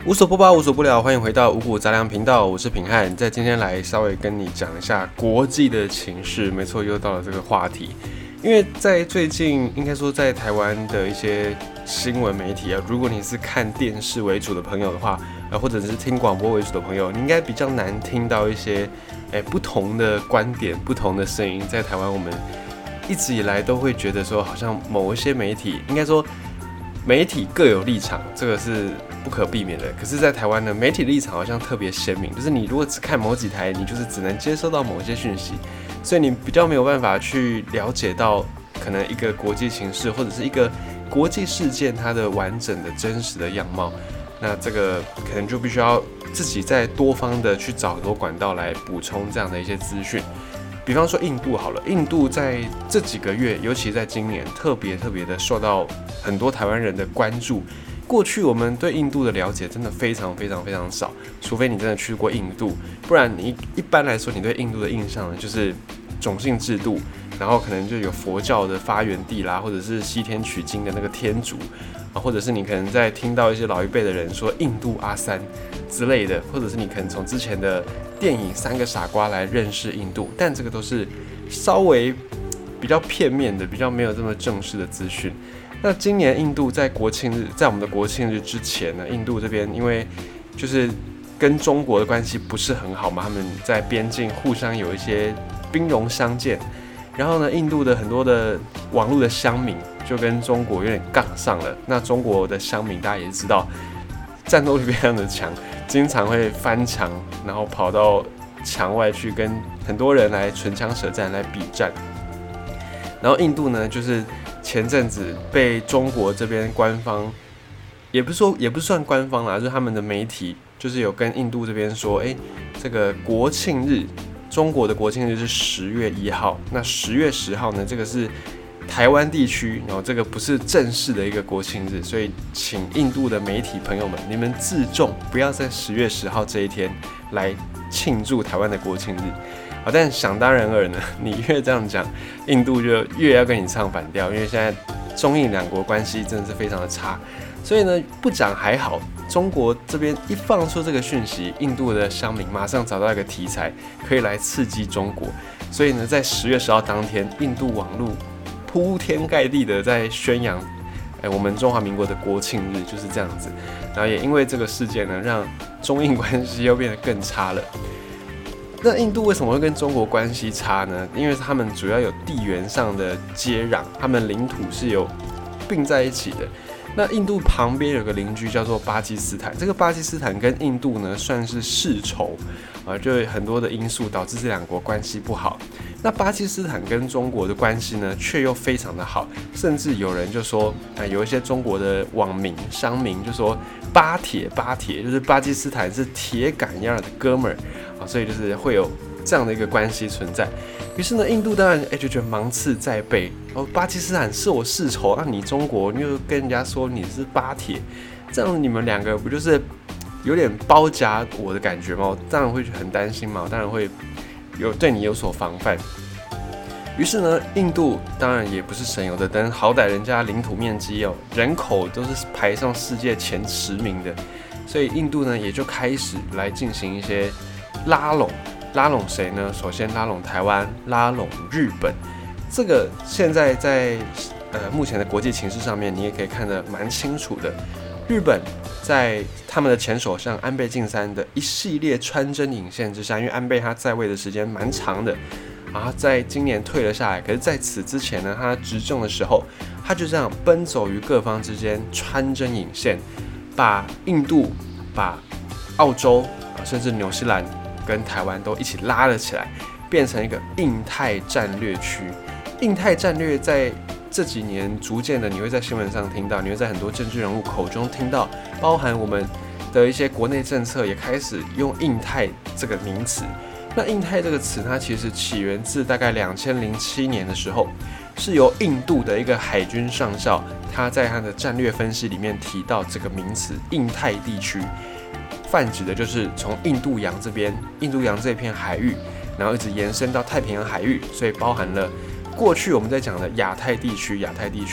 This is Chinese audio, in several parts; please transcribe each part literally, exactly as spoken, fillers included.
无所不包，无所不聊，欢迎回到五谷杂粮频道，我是品汉，在今天来稍微跟你讲一下国际的情势。没错，又到了这个话题，因为在最近，应该说在台湾的一些新闻媒体啊，如果你是看电视为主的朋友的话，呃，或者是听广播为主的朋友，你应该比较难听到一些，哎，不同的观点、不同的声音。在台湾，我们一直以来都会觉得说，好像某一些媒体，应该说媒体各有立场，这个是不可避免的。可是，在台湾呢，媒体立场好像特别鲜明，就是你如果只看某几台，你就是只能接收到某一些讯息，所以你比较没有办法去了解到可能一个国际情势或者是一个国际事件它的完整的真实的样貌。那这个可能就必须要自己再多方的去找很多管道来补充这样的一些资讯。比方说印度好了，印度在这几个月，尤其在今年，特别特别的受到很多台湾人的关注。过去我们对印度的了解真的非常非常非常少，除非你真的去过印度，不然你一般来说你对印度的印象呢，就是种姓制度，然后可能就有佛教的发源地啦，或者是西天取经的那个天竺啊，或者是你可能在听到一些老一辈的人说印度阿三之类的，或者是你可能从之前的电影《三个傻瓜》来认识印度，但这个都是稍微比较片面的，比较没有这么正式的资讯。那今年印度在国庆日，在我们的国庆日之前呢，印度这边因为就是跟中国的关系不是很好嘛，他们在边境互相有一些兵戎相见，然后呢，印度的很多的网络的乡民就跟中国有点杠上了。那中国的乡民大家也知道，战斗力非常的强，经常会翻墙，然后跑到墙外去跟很多人来唇枪舌战来比战。然后印度呢，就是前阵子被中国这边官方，也不是说也不算官方啦，就是他们的媒体，就是有跟印度这边说，哎，这个国庆日，中国的国庆日是十月一号，那十月十号呢，这个是台湾地区，然后这个不是正式的一个国庆日，所以请印度的媒体朋友们，你们自重，不要在十月十号这一天来庆祝台湾的国庆日。好，但想当然尔呢，你越这样讲，印度就越要跟你唱反调，因为现在中印两国关系真的是非常的差，所以呢，不讲还好，中国这边一放出这个讯息，印度的乡民马上找到一个题材，可以来刺激中国，所以呢，在十月十号当天，印度网络铺天盖地的在宣扬，哎，我们中华民国的国庆日就是这样子，然后也因为这个事件呢，让中印关系又变得更差了。那印度为什么会跟中国关系差呢？因为他们主要有地缘上的接壤，他们领土是有并在一起的。那印度旁边有个邻居叫做巴基斯坦，这个巴基斯坦跟印度呢算是世仇啊，就有很多的因素导致这两国关系不好。那巴基斯坦跟中国的关系呢，却又非常的好，甚至有人就说，呃、有一些中国的网民、商民就说，巴铁巴铁，就是巴基斯坦是铁杆一样的哥们儿啊，所以就是会有这样的一个关系存在。于是呢，印度当然哎就觉得芒刺在背，哦，巴基斯坦是我世仇，那、啊、你中国你又跟人家说你是巴铁，这样你们两个不就是有点包夹我的感觉吗？我当然会很担心嘛，我当然会有对你有所防范。于是呢，印度当然也不是省油的灯，好歹人家领土面积哦，人口都是排上世界前十名的，所以印度呢也就开始来进行一些拉拢。拉拢谁呢？首先拉拢台湾，拉拢日本。这个现在在呃目前的国际情势上面，你也可以看得蛮清楚的。日本在他们的前首相安倍晋三的一系列穿针引线之下，因为安倍他在位的时间蛮长的，啊，在今年退了下来。可是在此之前呢，他执政的时候，他就这样奔走于各方之间，穿针引线，把印度、把澳洲，甚至纽西兰跟台湾都一起拉了起来，变成一个印太战略区。印太战略在这几年逐渐的，你会在新闻上听到，你会在很多政治人物口中听到，包含我们的一些国内政策也开始用印太这个名词。那印太这个词，它其实起源自大概两千零七年的时候，是由印度的一个海军上校，他在他的战略分析里面提到这个名词“印太地区”，泛指的就是从印度洋这边，印度洋这片海域，然后一直延伸到太平洋海域，所以包含了过去我们在讲的亚太地区、亚太地区，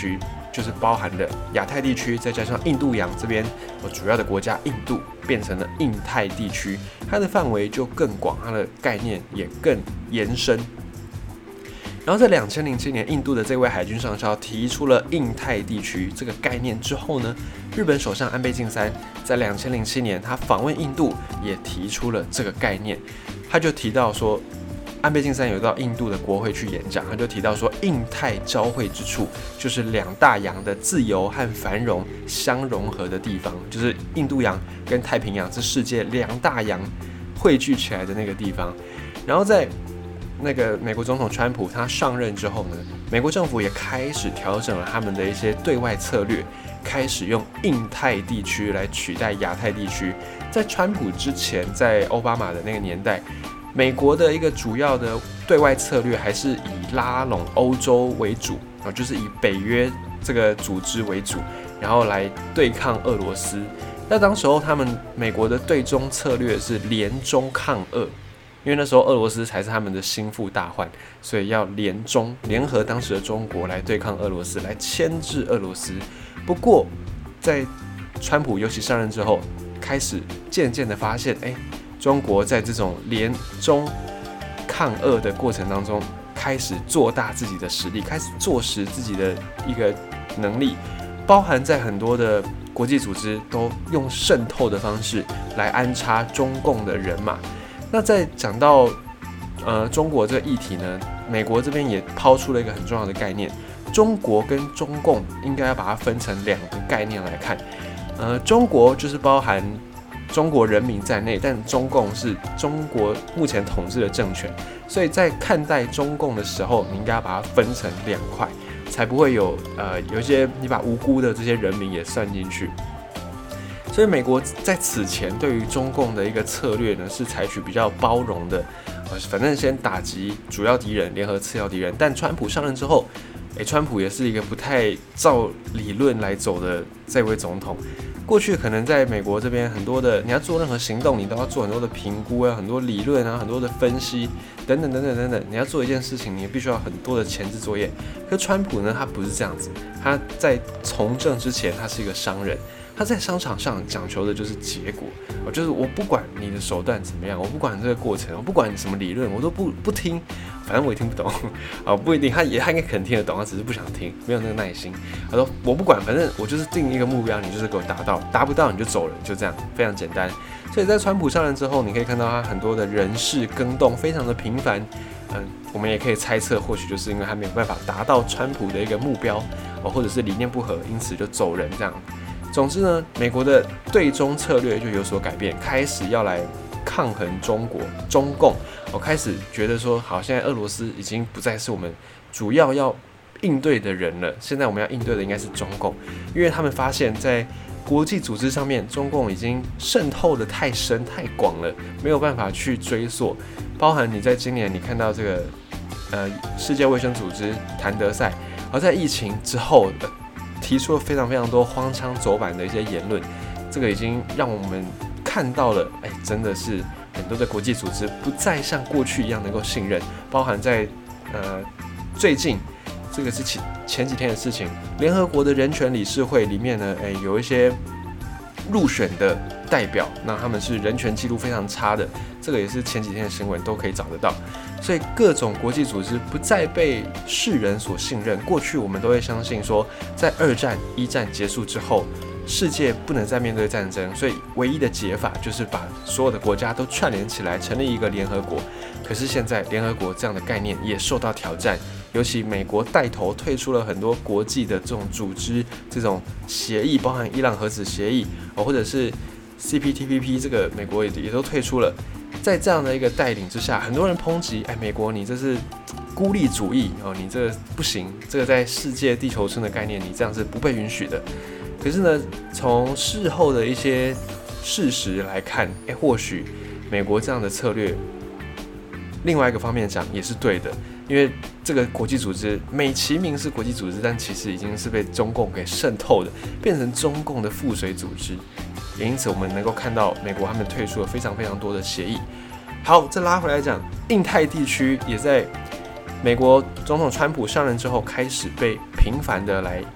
就是包含了亚太地区，再加上印度洋这边主要的国家印度，变成了印太地区，它的范围就更广，它的概念也更延伸。然后在两千零七年，印度的这位海军上校提出了印太地区这个概念之后呢，日本首相安倍晋三在两千零七年他访问印度，也提出了这个概念。他就提到说，安倍晋三有到印度的国会去演讲，他就提到说，印太交汇之处就是两大洋的自由和繁荣相融合的地方，就是印度洋跟太平洋是世界两大洋汇聚起来的那个地方。然后在那个美国总统川普他上任之后呢，美国政府也开始调整了他们的一些对外策略，开始用印太地区来取代亚太地区。在川普之前，在奥巴马的那个年代，美国的一个主要的对外策略还是以拉拢欧洲为主，就是以北约这个组织为主，然后来对抗俄罗斯。那当时候他们美国的对中策略是联中抗俄，因为那时候俄罗斯才是他们的心腹大患，所以要联中联合当时的中国来对抗俄罗斯，来牵制俄罗斯。不过在川普尤其上任之后，开始渐渐的发现，哎，中国在这种联中抗俄的过程当中，开始做大自己的实力，开始坐实自己的一个能力，包含在很多的国际组织都用渗透的方式来安插中共的人马。那在讲到呃中国这个议题呢，美国这边也抛出了一个很重要的概念，中国跟中共应该要把它分成两个概念来看。呃，中国就是包含中国人民在内，但中共是中国目前统治的政权，所以在看待中共的时候，你应该要把它分成两块，才不会有呃有一些你把无辜的这些人民也算进去。所以美国在此前对于中共的一个策略呢，是采取比较包容的，呃，反正先打击主要敌人，联合次要敌人。但川普上任之后，诶，川普也是一个不太照理论来走的这位总统。过去可能在美国这边很多的，你要做任何行动，你都要做很多的评估啊，很多理论啊，很多的分析等等等等等等。你要做一件事情，你必须要很多的前置作业。可是川普呢，他不是这样子，他在从政之前，他是一个商人。他在商场上讲求的就是结果，我就是我不管你的手段怎么样，我不管这个过程，我不管什么理论，我都不不听，反正我也听不懂啊，不一定，他也他应该可能听得懂，他只是不想听，没有那个耐心。他说我不管，反正我就是定一个目标，你就是给我达到，达不到你就走人，就这样，非常简单。所以在川普上任之后，你可以看到他很多的人事更动非常的频繁，嗯，我们也可以猜测，或许就是因为他没有办法达到川普的一个目标，哦，或者是理念不合，因此就走人这样。总之呢，美国的对中策略就有所改变，开始要来抗衡中国、中共。我开始觉得说，好，现在俄罗斯已经不再是我们主要要应对的人了，现在我们要应对的应该是中共，因为他们发现，在国际组织上面，中共已经渗透的太深、太广了，没有办法去追溯。包含你在今年你看到这个呃世界卫生组织谭德赛，而在疫情之后。呃提出了非常非常多荒腔走板的一些言论，这个已经让我们看到了，哎，真的是很多的国际组织不再像过去一样能够信任。包含在呃最近，这个是前前几天的事情，联合国的人权理事会里面呢，哎，有一些入选的代表，那他们是人权记录非常差的，这个也是前几天的新闻都可以找得到。所以各种国际组织不再被世人所信任。过去我们都会相信说，在二战、一战结束之后，世界不能再面对战争，所以唯一的解法就是把所有的国家都串联起来，成立一个联合国。可是现在联合国这样的概念也受到挑战，尤其美国带头退出了很多国际的这种组织、这种协议，包含伊朗核子协议，或者是 C P T P P， 这个美国 也, 也都退出了。在这样的一个带领之下，很多人抨击，哎，美国你这是孤立主义哦，你这个不行，这个在世界地球村的概念，你这样是不被允许的。可是呢，从事后的一些事实来看，哎，或许美国这样的策略，另外一个方面讲也是对的，因为这个国际组织美其名是国际组织，但其实已经是被中共给渗透的，变成中共的附属组织。也因此，我们能够看到美国他们退出了非常非常多的协议。好，再拉回来讲，印太地区也在美国总统川普上任之后，开始被频繁的来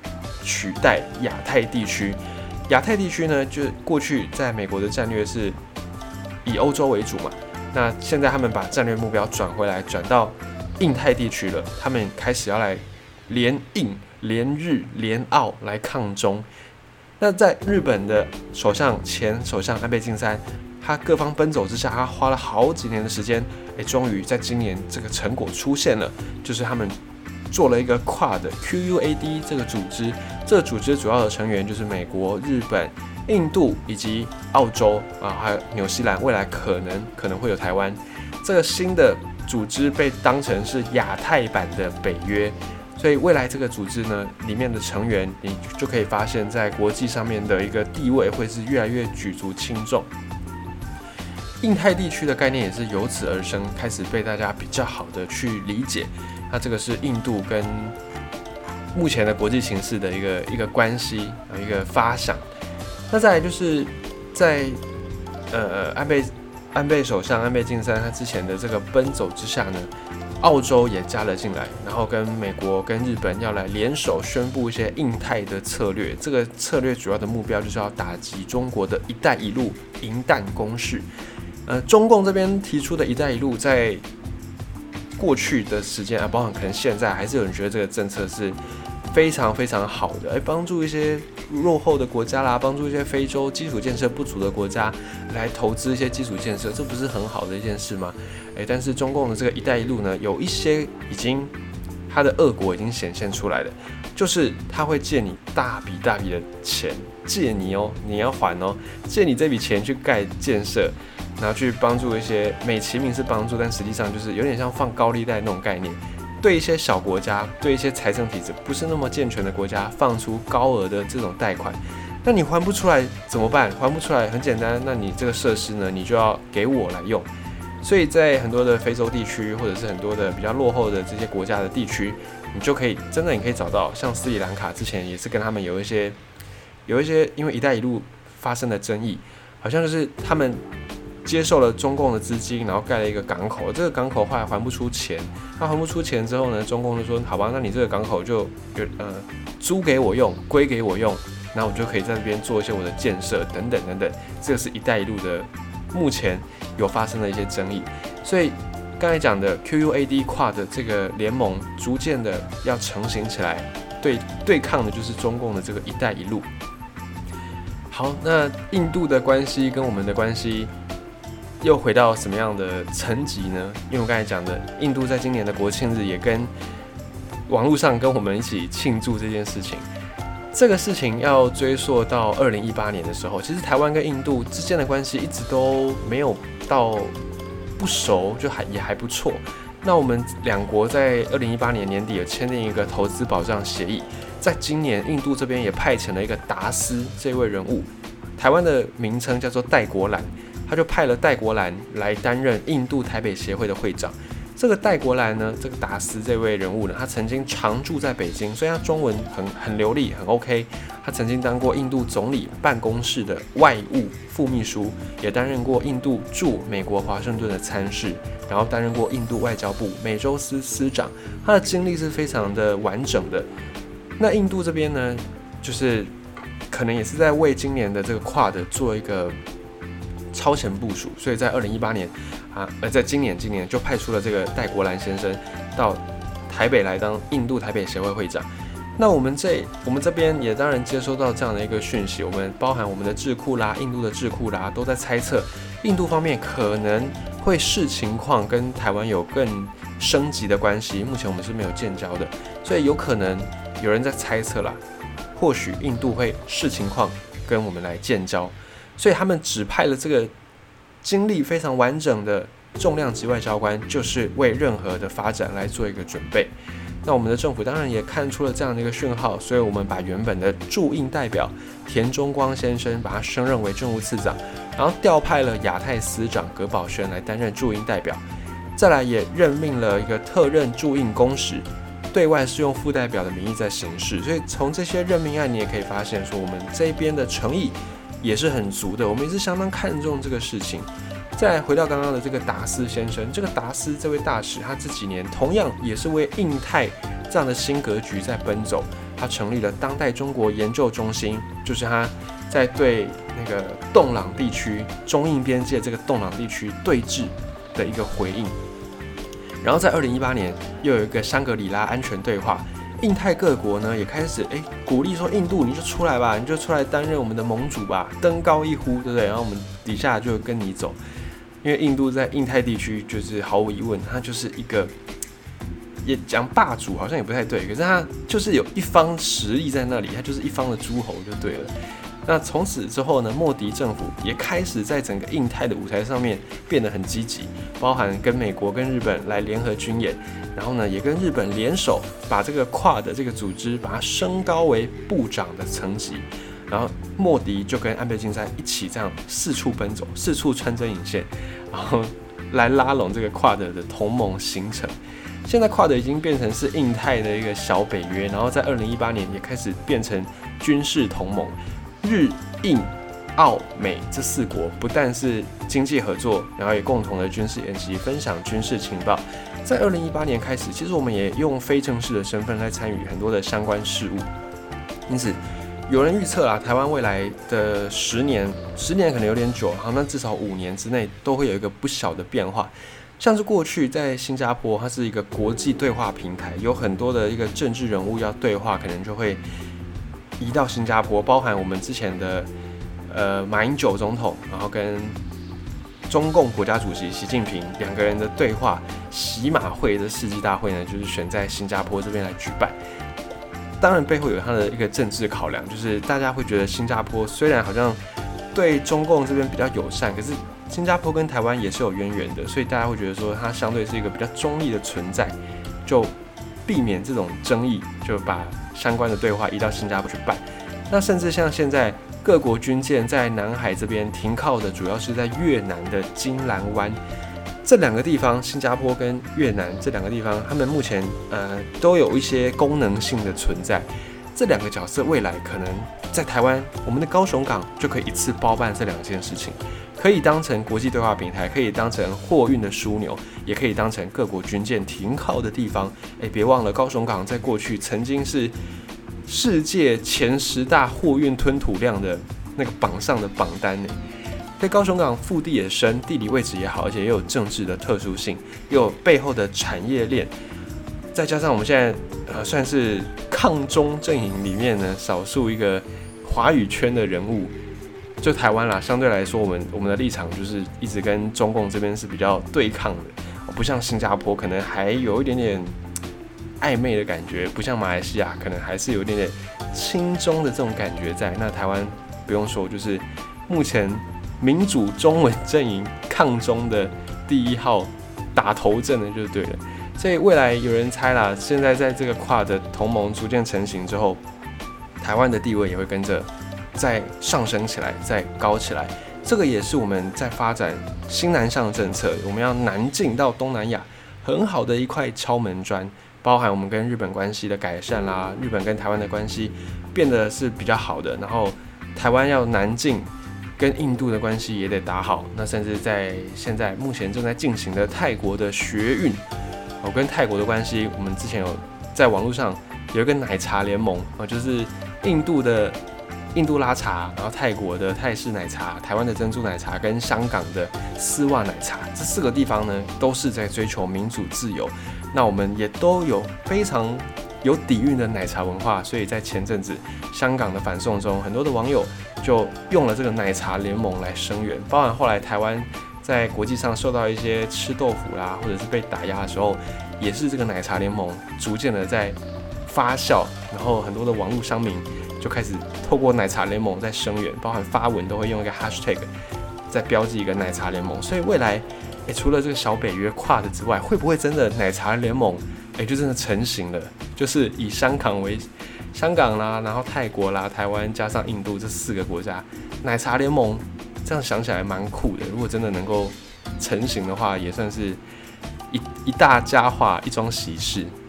取代亚太地区。亚太地区呢，就过去在美国的战略是以欧洲为主嘛，那现在他们把战略目标转回来，转到印太地区了，他们开始要来联印、联日、联澳来抗中。那在日本的首相前首相安倍晋三，他各方奔走之下，他花了好几年的时间，哎，终于在今年这个成果出现了，就是他们做了一个跨的 Q U A D 这个组织。这个组织主要的成员就是美国、日本、印度以及澳洲啊，还有纽西兰，未来可能可能会有台湾。这个新的组织被当成是亚太版的北约。所以未来这个组织呢，里面的成员，你就可以发现，在国际上面的一个地位会是越来越举足轻重。印太地区的概念也是由此而生，开始被大家比较好的去理解。那这个是印度跟目前的国际形势的一个一个关系，一个发想。那再来就是在呃安倍安倍首相安倍晋三他之前的这个奔走之下呢，澳洲也加了进来，然后跟美国跟日本要来联手宣布一些印太的策略。这个策略主要的目标就是要打击中国的一带一路银弹攻势。呃，中共这边提出的一带一路，在过去的时间啊，包含可能现在还是有人觉得这个政策是非常非常好的，帮助一些落后的国家啦，帮助一些非洲基础建设不足的国家来投资一些基础建设，这不是很好的一件事吗？欸、但是中共的这个一带一路呢，有一些已经它的恶果已经显现出来了，就是他会借你大笔大笔的钱，借你哦，你要还哦，借你这笔钱去盖建设。然后去帮助一些美其名是帮助，但实际上就是有点像放高利贷那种概念，对一些小国家，对一些财政体制不是那么健全的国家放出高额的这种贷款，那你还不出来怎么办？还不出来很简单，那你这个设施呢，你就要给我来用。所以在很多的非洲地区，或者是很多的比较落后的这些国家的地区，你就可以真的你可以找到，像斯里兰卡之前也是跟他们有一些有一些因为一带一路发生的争议，好像就是他们接受了中共的资金，然后盖了一个港口。这个港口后来还不出钱，他还不出钱之后呢，中共就说：“好吧，那你这个港口就呃租给我用，归给我用，然后我就可以在这边做一些我的建设等等等等。”这个是一带一路的目前有发生的一些争议。所以刚才讲的 Q U A D 跨的这个联盟，逐渐的要成型起来，对对抗的就是中共的这个一带一路。好，那印度的关系跟我们的关系又回到什么样的层级呢？因为我刚才讲的，印度在今年的国庆日也跟网络上跟我们一起庆祝这件事情。这个事情要追溯到二零一八年的时候，其实台湾跟印度之间的关系一直都没有到不熟，就还也还不错。那我们两国在二零一八年年底有签订一个投资保障协议，在今年印度这边也派遣了一个达斯这位人物，台湾的名称叫做戴国兰。他就派了戴国兰来担任印度台北协会的会长。这个戴国兰呢，这个达斯这位人物呢，他曾经常住在北京，所以他中文很很流利，很 OK。他曾经当过印度总理办公室的外务副秘书，也担任过印度驻美国华盛顿的参事，然后担任过印度外交部美洲司司长。他的经历是非常的完整的。那印度这边呢，就是可能也是在为今年的这个跨的做一个超前部署，所以在二零一八年啊，呃，在今年今年就派出了这个戴国兰先生到台北来当印度台北协会会长。那我们这我们这边也当然接收到这样的一个讯息，我们包含我们的智库啦、印度的智库啦，都在猜测印度方面可能会视情况跟台湾有更升级的关系。目前我们是没有建交的，所以有可能有人在猜测啦，或许印度会视情况跟我们来建交。所以他们指派了这个经历非常完整的重量级外交官，就是为任何的发展来做一个准备。那我们的政府当然也看出了这样的一个讯号，所以我们把原本的驻印代表田中光先生把他升任为政务次长，然后调派了亚太司长葛宝轩来担任驻印代表，再来也任命了一个特任驻印公使，对外是用副代表的名义在行事。所以从这些任命案你也可以发现说，我们这边的诚意也是很足的，我们也是相当看重这个事情。再来回到刚刚的这个达斯先生，这个达斯这位大使，他这几年同样也是为印太这样的新格局在奔走。他他成立了当代中国研究中心，就是他在对那个洞朗地区中印边界这个洞朗地区对峙的一个回应。然后在二零一八年又有一个香格里拉安全对话，印太各国呢也开始哎鼓励说印度你就出来吧，你就出来担任我们的盟主吧，登高一呼，对不对？然后我们底下就跟你走，因为印度在印太地区就是毫无疑问，它就是一个也讲霸主好像也不太对，可是它就是有一方实力在那里，它就是一方的诸侯就对了。那从此之后呢，莫迪政府也开始在整个印太的舞台上面变得很积极，包含跟美国跟日本来联合军演，然后呢也跟日本联手把这个跨的这个组织把它升高为部长的层级，然后莫迪就跟安倍晋三一起这样四处奔走，四处穿针引线，然后来拉拢这个跨的的同盟形成。现在跨的已经变成是印太的一个小北约，然后在二零一八年也开始变成军事同盟。日、印、澳、美这四国不但是经济合作，然后也共同的军事演习，分享军事情报。在二零一八年开始，其实我们也用非正式的身份来参与很多的相关事务。因此，有人预测啦，台湾未来的十年，十年可能有点久，好，那至少五年之内都会有一个不小的变化。像是过去在新加坡，它是一个国际对话平台，有很多的一个政治人物要对话，可能就会移到新加坡，包含我们之前的呃马英九总统，然后跟中共国家主席习近平两个人的对话，习马会的世纪大会呢，就是选在新加坡这边来举办。当然背后有它的一个政治考量，就是大家会觉得新加坡虽然好像对中共这边比较友善，可是新加坡跟台湾也是有渊源的，所以大家会觉得说它相对是一个比较中立的存在，就避免这种争议，就把相关的对话移到新加坡去办。那甚至像现在各国军舰在南海这边停靠的，主要是在越南的金兰湾这两个地方，新加坡跟越南这两个地方，他们目前呃都有一些功能性的存在。这两个角色未来可能在台湾，我们的高雄港就可以一次包办这两件事情，可以当成国际对话平台，可以当成货运的枢纽，也可以当成各国军舰停靠的地方。哎，别忘了高雄港在过去曾经是世界前十大货运吞吐量的那个榜上的榜单呢。在高雄港腹地也深，地理位置也好，而且也有政治的特殊性，又有背后的产业链，再加上我们现在呃算是抗中阵营里面呢少数一个华语圈的人物，就台湾啦，相对来说我们我们的立场就是一直跟中共这边是比较对抗的，不像新加坡可能还有一点点暧昧的感觉，不像马来西亚可能还是有一点点亲中的这种感觉在。那台湾不用说，就是目前民主中文阵营抗中的第一号打头阵的就对了。所以未来有人猜啦，现在在这个跨的同盟逐渐成型之后，台湾的地位也会跟着再上升起来，再高起来。这个也是我们在发展新南向政策，我们要南进到东南亚很好的一块敲门砖，包含我们跟日本关系的改善啦，日本跟台湾的关系变得是比较好的，然后台湾要南进，跟印度的关系也得打好。那甚至在现在目前正在进行的泰国的学运，我跟泰国的关系，我们之前有在网络上有一个奶茶联盟，就是印度的印度拉茶，然后泰国的泰式奶茶，台湾的珍珠奶茶跟香港的丝袜奶茶，这四个地方呢都是在追求民主自由。那我们也都有非常有底蕴的奶茶文化，所以在前阵子香港的反送中，很多的网友就用了这个奶茶联盟来声援，包含后来台湾在国际上受到一些吃豆腐啦，或者是被打压的时候，也是这个奶茶联盟逐渐的在发酵，然后很多的网络商民就开始透过奶茶联盟在声援，包含发文都会用一个 hashtag 在标记一个奶茶联盟。所以未来，欸、除了这个小北约跨的之外，会不会真的奶茶联盟，欸、就真的成型了？就是以香港为香港啦，然后泰国啦、台湾加上印度这四个国家，奶茶联盟，这样想起来蛮酷的。如果真的能够成型的话，也算是一一大佳话，一桩喜事。